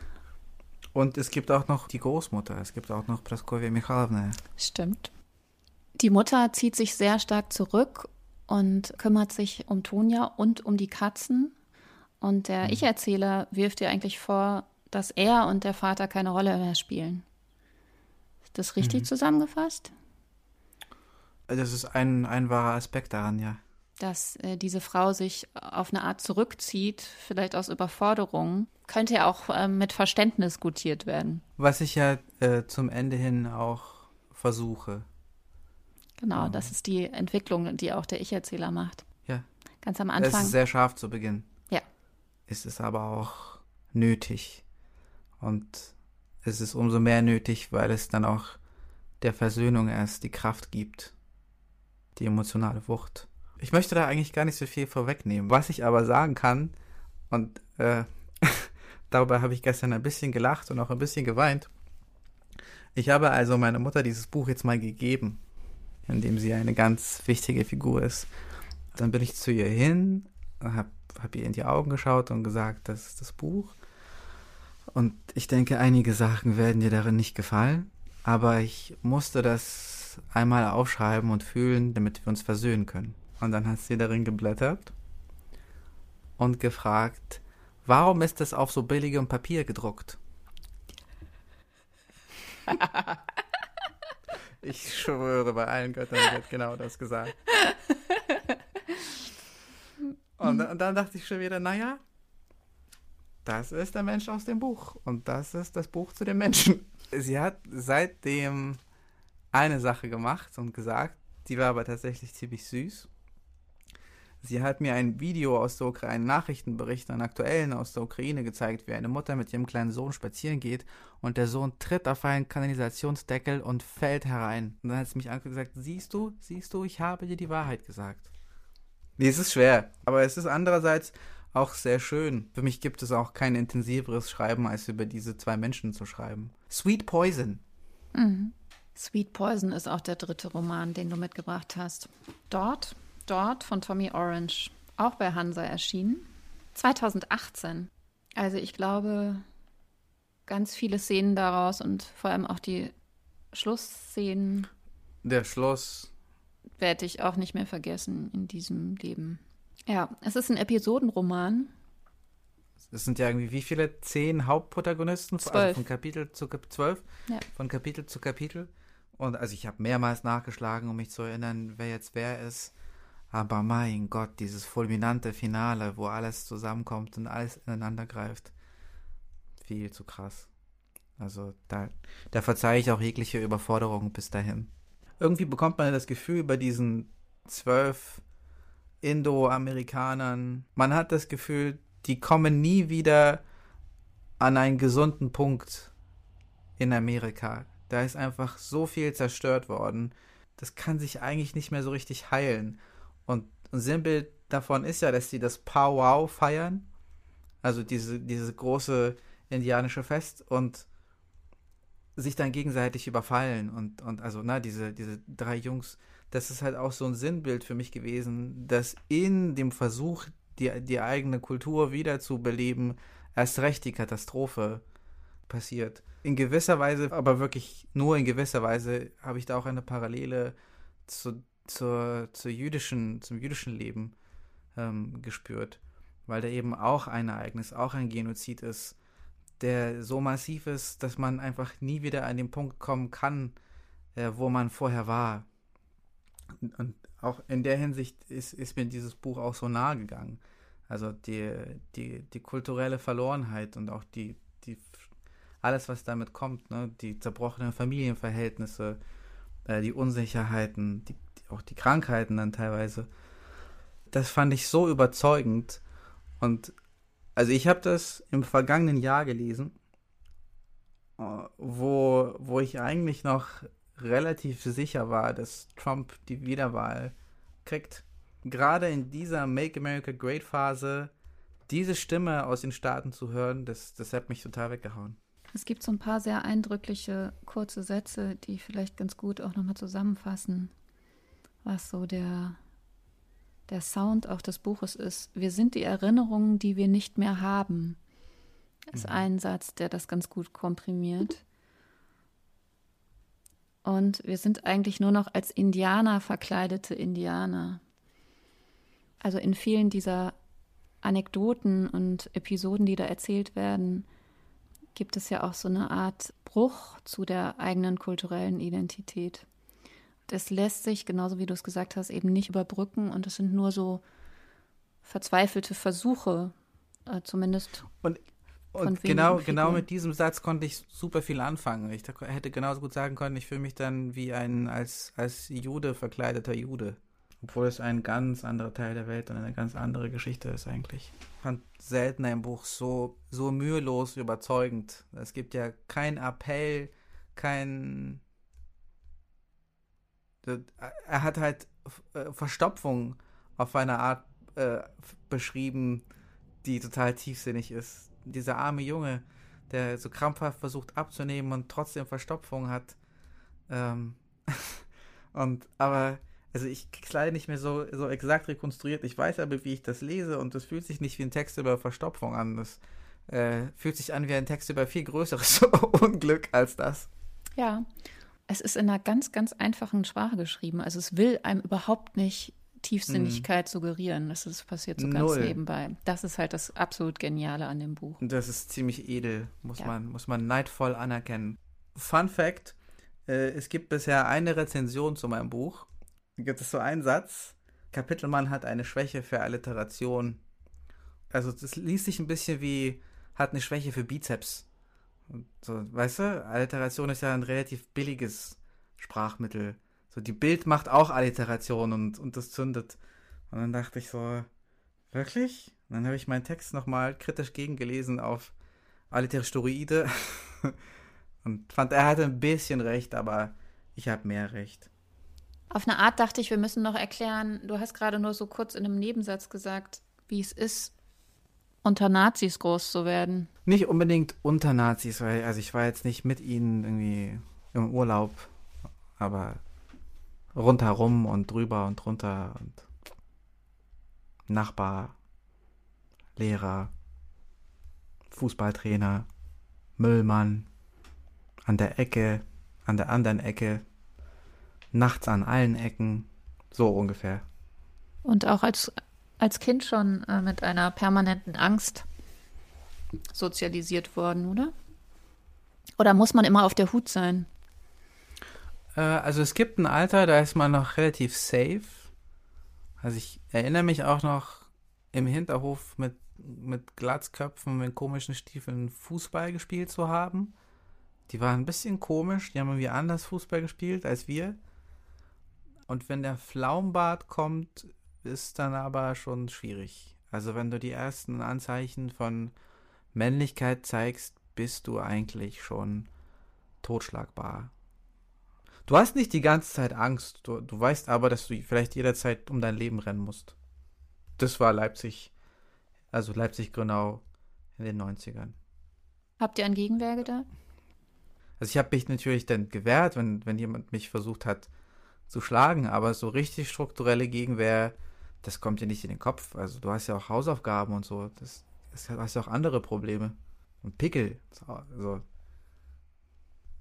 Und es gibt auch noch die Großmutter, es gibt auch noch Praskovia Michailowna. Stimmt. Die Mutter zieht sich sehr stark zurück und kümmert sich um Tonja und um die Katzen. Und der Mhm. Ich-Erzähler wirft ihr eigentlich vor, dass er und der Vater keine Rolle mehr spielen. Ist das richtig Mhm. zusammengefasst? Das ist ein, ein wahrer Aspekt daran, ja. Dass äh, diese Frau sich auf eine Art zurückzieht, vielleicht aus Überforderung, könnte ja auch äh, mit Verständnis gutiert werden. Was ich ja äh, zum Ende hin auch versuche. Genau, Ja. das ist die Entwicklung, die auch der Ich-Erzähler macht. Ja. Ganz am Es Anfang. ist sehr scharf zu Beginn. Ja. Es ist aber auch nötig. Und es ist umso mehr nötig, weil es dann auch der Versöhnung erst die Kraft gibt. Die emotionale Wucht. Ich möchte da eigentlich gar nicht so viel vorwegnehmen. Was ich aber sagen kann, und äh, darüber habe ich gestern ein bisschen gelacht und auch ein bisschen geweint. Ich habe also meiner Mutter dieses Buch jetzt mal gegeben, in dem sie eine ganz wichtige Figur ist. Dann bin ich zu ihr hin, habe hab ihr in die Augen geschaut und gesagt, das ist das Buch. Und ich denke, einige Sachen werden dir darin nicht gefallen, aber ich musste das einmal aufschreiben und fühlen, damit wir uns versöhnen können. Und dann hat sie darin geblättert und gefragt, warum ist das auf so billigem Papier gedruckt? Ich schwöre, bei allen Göttern wird genau das gesagt. Und, und dann dachte ich schon wieder, naja, das ist der Mensch aus dem Buch. Und das ist das Buch zu dem Menschen. Sie hat seitdem eine Sache gemacht und gesagt, die war aber tatsächlich ziemlich süß. Sie hat mir ein Video aus der Ukraine, einen Nachrichtenbericht, einen aktuellen aus der Ukraine gezeigt, wie eine Mutter mit ihrem kleinen Sohn spazieren geht und der Sohn tritt auf einen Kanalisationsdeckel und fällt herein. Und dann hat sie mich angeguckt und gesagt, siehst du, siehst du, ich habe dir die Wahrheit gesagt. Nee, es ist schwer, aber es ist andererseits auch sehr schön. Für mich gibt es auch kein intensiveres Schreiben, als über diese zwei Menschen zu schreiben. Sweet Poison. Mhm. Sweet Poison ist auch der dritte Roman, den du mitgebracht hast. Dort, dort von Tommy Orange, auch bei Hansa erschienen. zweitausendachtzehn. Also ich glaube, ganz viele Szenen daraus und vor allem auch die Schlussszenen Der Schluss. werde ich auch nicht mehr vergessen in diesem Leben. Ja, es ist ein Episodenroman. Es sind ja irgendwie wie viele? Zehn Hauptprotagonisten? Zwölf. Also von Kapitel zu Kapitel. Zwölf? Ja. Von Kapitel zu Kapitel. Und also ich habe mehrmals nachgeschlagen, um mich zu erinnern, wer jetzt wer ist. Aber mein Gott, dieses fulminante Finale, wo alles zusammenkommt und alles ineinander greift. Viel zu krass. Also da, da verzeihe ich auch jegliche Überforderung bis dahin. Irgendwie bekommt man das Gefühl bei diesen zwölf Indo-Amerikanern, man hat das Gefühl, die kommen nie wieder an einen gesunden Punkt in Amerika. Da ist einfach so viel zerstört worden. Das kann sich eigentlich nicht mehr so richtig heilen. Und ein Sinnbild davon ist ja, dass sie das Powwow feiern. Also diese, diese große indianische Fest und sich dann gegenseitig überfallen. Und, und also, na, diese, diese drei Jungs, das ist halt auch so ein Sinnbild für mich gewesen, dass in dem Versuch, die, die eigene Kultur wiederzubeleben, erst recht die Katastrophe passiert. in gewisser Weise, aber wirklich nur in gewisser Weise, habe ich da auch eine Parallele zu, zur, zur jüdischen, zum jüdischen Leben ähm, gespürt. Weil da eben auch ein Ereignis, auch ein Genozid ist, der so massiv ist, dass man einfach nie wieder an den Punkt kommen kann, äh, wo man vorher war. Und, und auch in der Hinsicht ist, ist mir dieses Buch auch so nahe gegangen. Also die, die, die kulturelle Verlorenheit und auch die, die alles, was damit kommt, ne? Die zerbrochenen Familienverhältnisse, äh, die Unsicherheiten, die, die, auch die Krankheiten dann teilweise. Das fand ich so überzeugend. Und also ich habe das im vergangenen Jahr gelesen, wo, wo ich eigentlich noch relativ sicher war, dass Trump die Wiederwahl kriegt. Gerade in dieser Make America Great Phase, diese Stimme aus den Staaten zu hören, das, das hat mich total weggehauen. Es gibt so ein paar sehr eindrückliche kurze Sätze, die vielleicht ganz gut auch nochmal zusammenfassen, was so der, der Sound auch des Buches ist. Wir sind die Erinnerungen, die wir nicht mehr haben. Das ist mhm. ein Satz, der das ganz gut komprimiert. Und wir sind eigentlich nur noch als Indianer verkleidete Indianer. Also in vielen dieser Anekdoten und Episoden, die da erzählt werden, gibt es ja auch so eine Art Bruch zu der eigenen kulturellen Identität. Das lässt sich, genauso wie du es gesagt hast, eben nicht überbrücken und es sind nur so verzweifelte Versuche, äh, zumindest. Und, und genau, genau mit diesem Satz konnte ich super viel anfangen. Ich hätte genauso gut sagen können, ich fühle mich dann wie ein als, als Jude verkleideter Jude. Obwohl es ein ganz anderer Teil der Welt und eine ganz andere Geschichte ist eigentlich. Ich fand selten ein Buch so, so mühelos überzeugend. Es gibt ja keinen Appell, kein... Er hat halt Verstopfung auf eine Art äh, beschrieben, die total tiefsinnig ist. Dieser arme Junge, der so krampfhaft versucht abzunehmen und trotzdem Verstopfung hat. Ähm und aber... Also ich krieg's leider nicht mehr so, so exakt rekonstruiert. Ich weiß aber, wie ich das lese und das fühlt sich nicht wie ein Text über Verstopfung an. Das äh, fühlt sich an wie ein Text über viel größeres Unglück als das. Ja, es ist in einer ganz, ganz einfachen Sprache geschrieben. Also es will einem überhaupt nicht Tiefsinnigkeit hm. suggerieren. Das ist, passiert so ganz Null. nebenbei. Das ist halt das absolut Geniale an dem Buch. Das ist ziemlich edel, muss, ja. man, muss man neidvoll anerkennen. Fun Fact, äh, es gibt bisher eine Rezension zu meinem Buch. Gibt es so einen Satz, Kapitelmann hat eine Schwäche für Alliteration. Also das liest sich ein bisschen wie, hat eine Schwäche für Bizeps. Und so, weißt du, Alliteration ist ja ein relativ billiges Sprachmittel. So, die Bild macht auch Alliteration und, und das zündet. Und dann dachte ich so, wirklich? Und dann habe ich meinen Text nochmal kritisch gegengelesen auf Alliterastoide und fand, er hatte ein bisschen recht, aber ich habe mehr recht. Auf eine Art dachte ich, wir müssen noch erklären, du hast gerade nur so kurz in einem Nebensatz gesagt, wie es ist, unter Nazis groß zu werden. Nicht unbedingt unter Nazis, weil also ich war jetzt nicht mit ihnen irgendwie im Urlaub, aber rundherum und drüber und drunter und Nachbar, Lehrer, Fußballtrainer, Müllmann, an der Ecke, an der anderen Ecke, nachts an allen Ecken, so ungefähr. Und auch als, als Kind schon äh, mit einer permanenten Angst sozialisiert worden, oder? Oder muss man immer auf der Hut sein? Äh, also es gibt ein Alter, da ist man noch relativ safe. Also ich erinnere mich auch noch im Hinterhof mit, mit Glatzköpfen, mit komischen Stiefeln Fußball gespielt zu haben. Die waren ein bisschen komisch, die haben irgendwie anders Fußball gespielt als wir. Und wenn der Pflaumenbart kommt, ist dann aber schon schwierig. Also wenn du die ersten Anzeichen von Männlichkeit zeigst, bist du eigentlich schon totschlagbar. Du hast nicht die ganze Zeit Angst. Du, du weißt aber, dass du vielleicht jederzeit um dein Leben rennen musst. Das war Leipzig, also Leipzig-Grünau in den neunzigern. Habt ihr an Gegenwehr gedacht? Also ich habe mich natürlich dann gewehrt, wenn, wenn jemand mich versucht hat zu schlagen, aber so richtig strukturelle Gegenwehr, das kommt dir nicht in den Kopf. Also du hast ja auch Hausaufgaben und so, das, das hast ja auch andere Probleme. Und Pickel, so.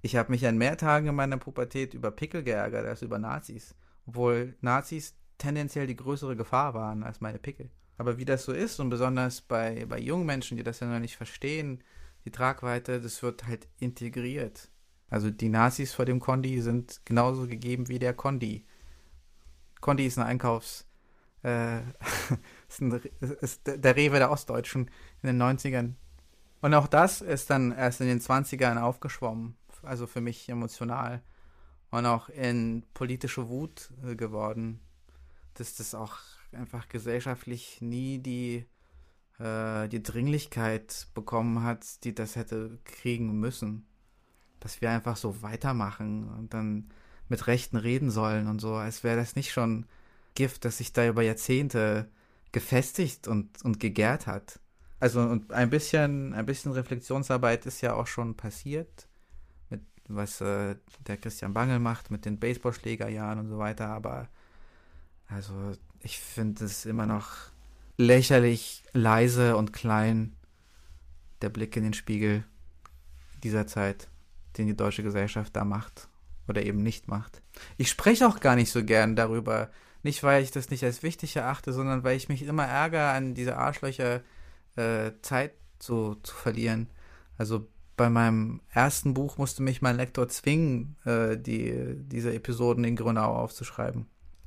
Ich habe mich an mehr Tagen in meiner Pubertät über Pickel geärgert als über Nazis. Obwohl Nazis tendenziell die größere Gefahr waren als meine Pickel. Aber wie das so ist und besonders bei, bei jungen Menschen, die das ja noch nicht verstehen, die Tragweite, das wird halt integriert. Also die Nazis vor dem Kondi sind genauso gegeben wie der Kondi. Kondi ist ein Einkaufs... Äh, ist, ein, ist der Rewe der Ostdeutschen in den neunzigern. Und auch das ist dann erst in den zwanzigern aufgeschwommen. Also für mich emotional. Und auch in politische Wut äh, geworden. Dass das auch einfach gesellschaftlich nie die, äh, die Dringlichkeit bekommen hat, die das hätte kriegen müssen. Dass wir einfach so weitermachen und dann mit Rechten reden sollen und so, als wäre das nicht schon Gift, das sich da über Jahrzehnte gefestigt und, und gegärt hat. Also und ein bisschen, ein bisschen Reflexionsarbeit ist ja auch schon passiert, mit was äh, der Christian Bangel macht, mit den Baseballschlägerjahren und so weiter, aber also ich finde es immer noch lächerlich leise und klein, der Blick in den Spiegel dieser Zeit, den die deutsche Gesellschaft da macht oder eben nicht macht. Ich spreche auch gar nicht so gern darüber, nicht weil ich das nicht als wichtig erachte, sondern weil ich mich immer ärgere, an diese Arschlöcher äh, Zeit zu, zu verlieren. Also bei meinem ersten Buch musste mich mein Lektor zwingen, äh, die, diese Episoden in Grünau aufzuschreiben.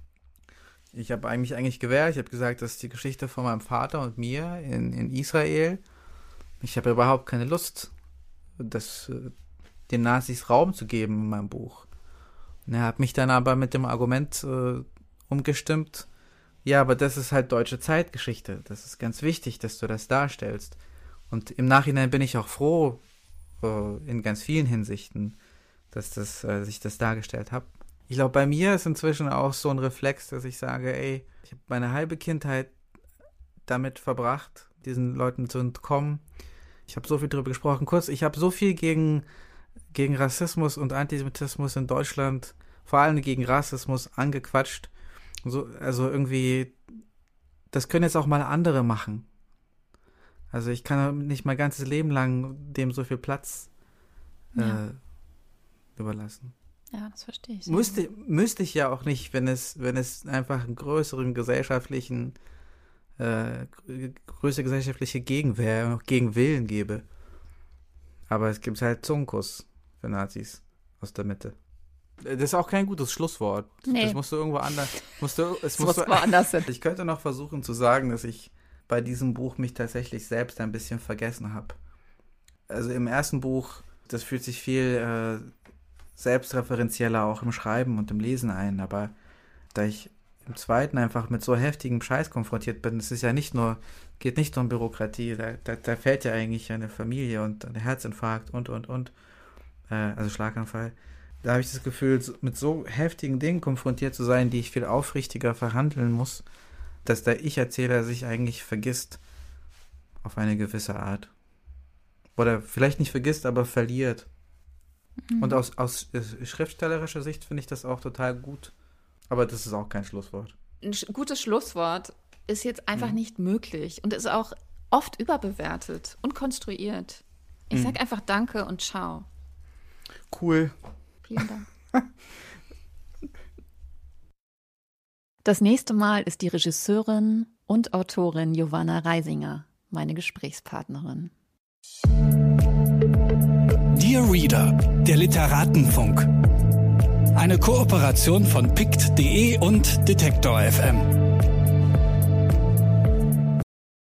Ich habe eigentlich eigentlich gewehrt, ich habe gesagt, das ist die Geschichte von meinem Vater und mir in, in Israel. Ich habe überhaupt keine Lust, das, den Nazis Raum zu geben in meinem Buch. Und er hat mich dann aber mit dem Argument äh, umgestimmt, ja, aber das ist halt deutsche Zeitgeschichte. Das ist ganz wichtig, dass du das darstellst. Und im Nachhinein bin ich auch froh, äh, in ganz vielen Hinsichten, dass das, äh, ich das dargestellt habe. Ich glaube, bei mir ist inzwischen auch so ein Reflex, dass ich sage, ey, ich habe meine halbe Kindheit damit verbracht, diesen Leuten zu entkommen. Ich habe so viel darüber gesprochen. Kurz, ich habe so viel gegen, gegen Rassismus und Antisemitismus in Deutschland, vor allem gegen Rassismus, angequatscht. So, also irgendwie, das können jetzt auch mal andere machen. Also ich kann nicht mein ganzes Leben lang dem so viel Platz äh, ja. überlassen. Ja, das verstehe ich. Müsste, müsste ich ja auch nicht, wenn es, wenn es einfach einen größeren gesellschaftlichen, äh, größere gesellschaftliche Gegenwehr, Gegenwillen gäbe. Aber es gibt halt Zungenkuss für Nazis aus der Mitte. Das ist auch kein gutes Schlusswort. Nee. Das musst du irgendwo anders. Musst du, es muss woanders sein. Ich könnte noch versuchen zu sagen, dass ich bei diesem Buch mich tatsächlich selbst ein bisschen vergessen habe. Also im ersten Buch, das fühlt sich viel äh, selbstreferenzieller auch im Schreiben und im Lesen ein, aber da ich im zweiten einfach mit so heftigem Scheiß konfrontiert bin, es ist ja nicht nur, geht nicht nur um Bürokratie, da, da, da fällt ja eigentlich eine Familie und ein Herzinfarkt und, und, und, äh, also Schlaganfall. Da habe ich das Gefühl, mit so heftigen Dingen konfrontiert zu sein, die ich viel aufrichtiger verhandeln muss, dass der Ich-Erzähler sich eigentlich vergisst auf eine gewisse Art. Oder vielleicht nicht vergisst, aber verliert. Mhm. Und aus, aus schriftstellerischer Sicht finde ich das auch total gut. Aber das ist auch kein Schlusswort. Ein sch- gutes Schlusswort ist jetzt einfach mhm. nicht möglich und ist auch oft überbewertet und konstruiert. Ich mhm. sage einfach Danke und Ciao. Cool. Vielen Dank. Das nächste Mal ist die Regisseurin und Autorin Giovanna Reisinger meine Gesprächspartnerin. Dear Reader, der Literatenfunk. Eine Kooperation von Pict punkt de und Detektor F M.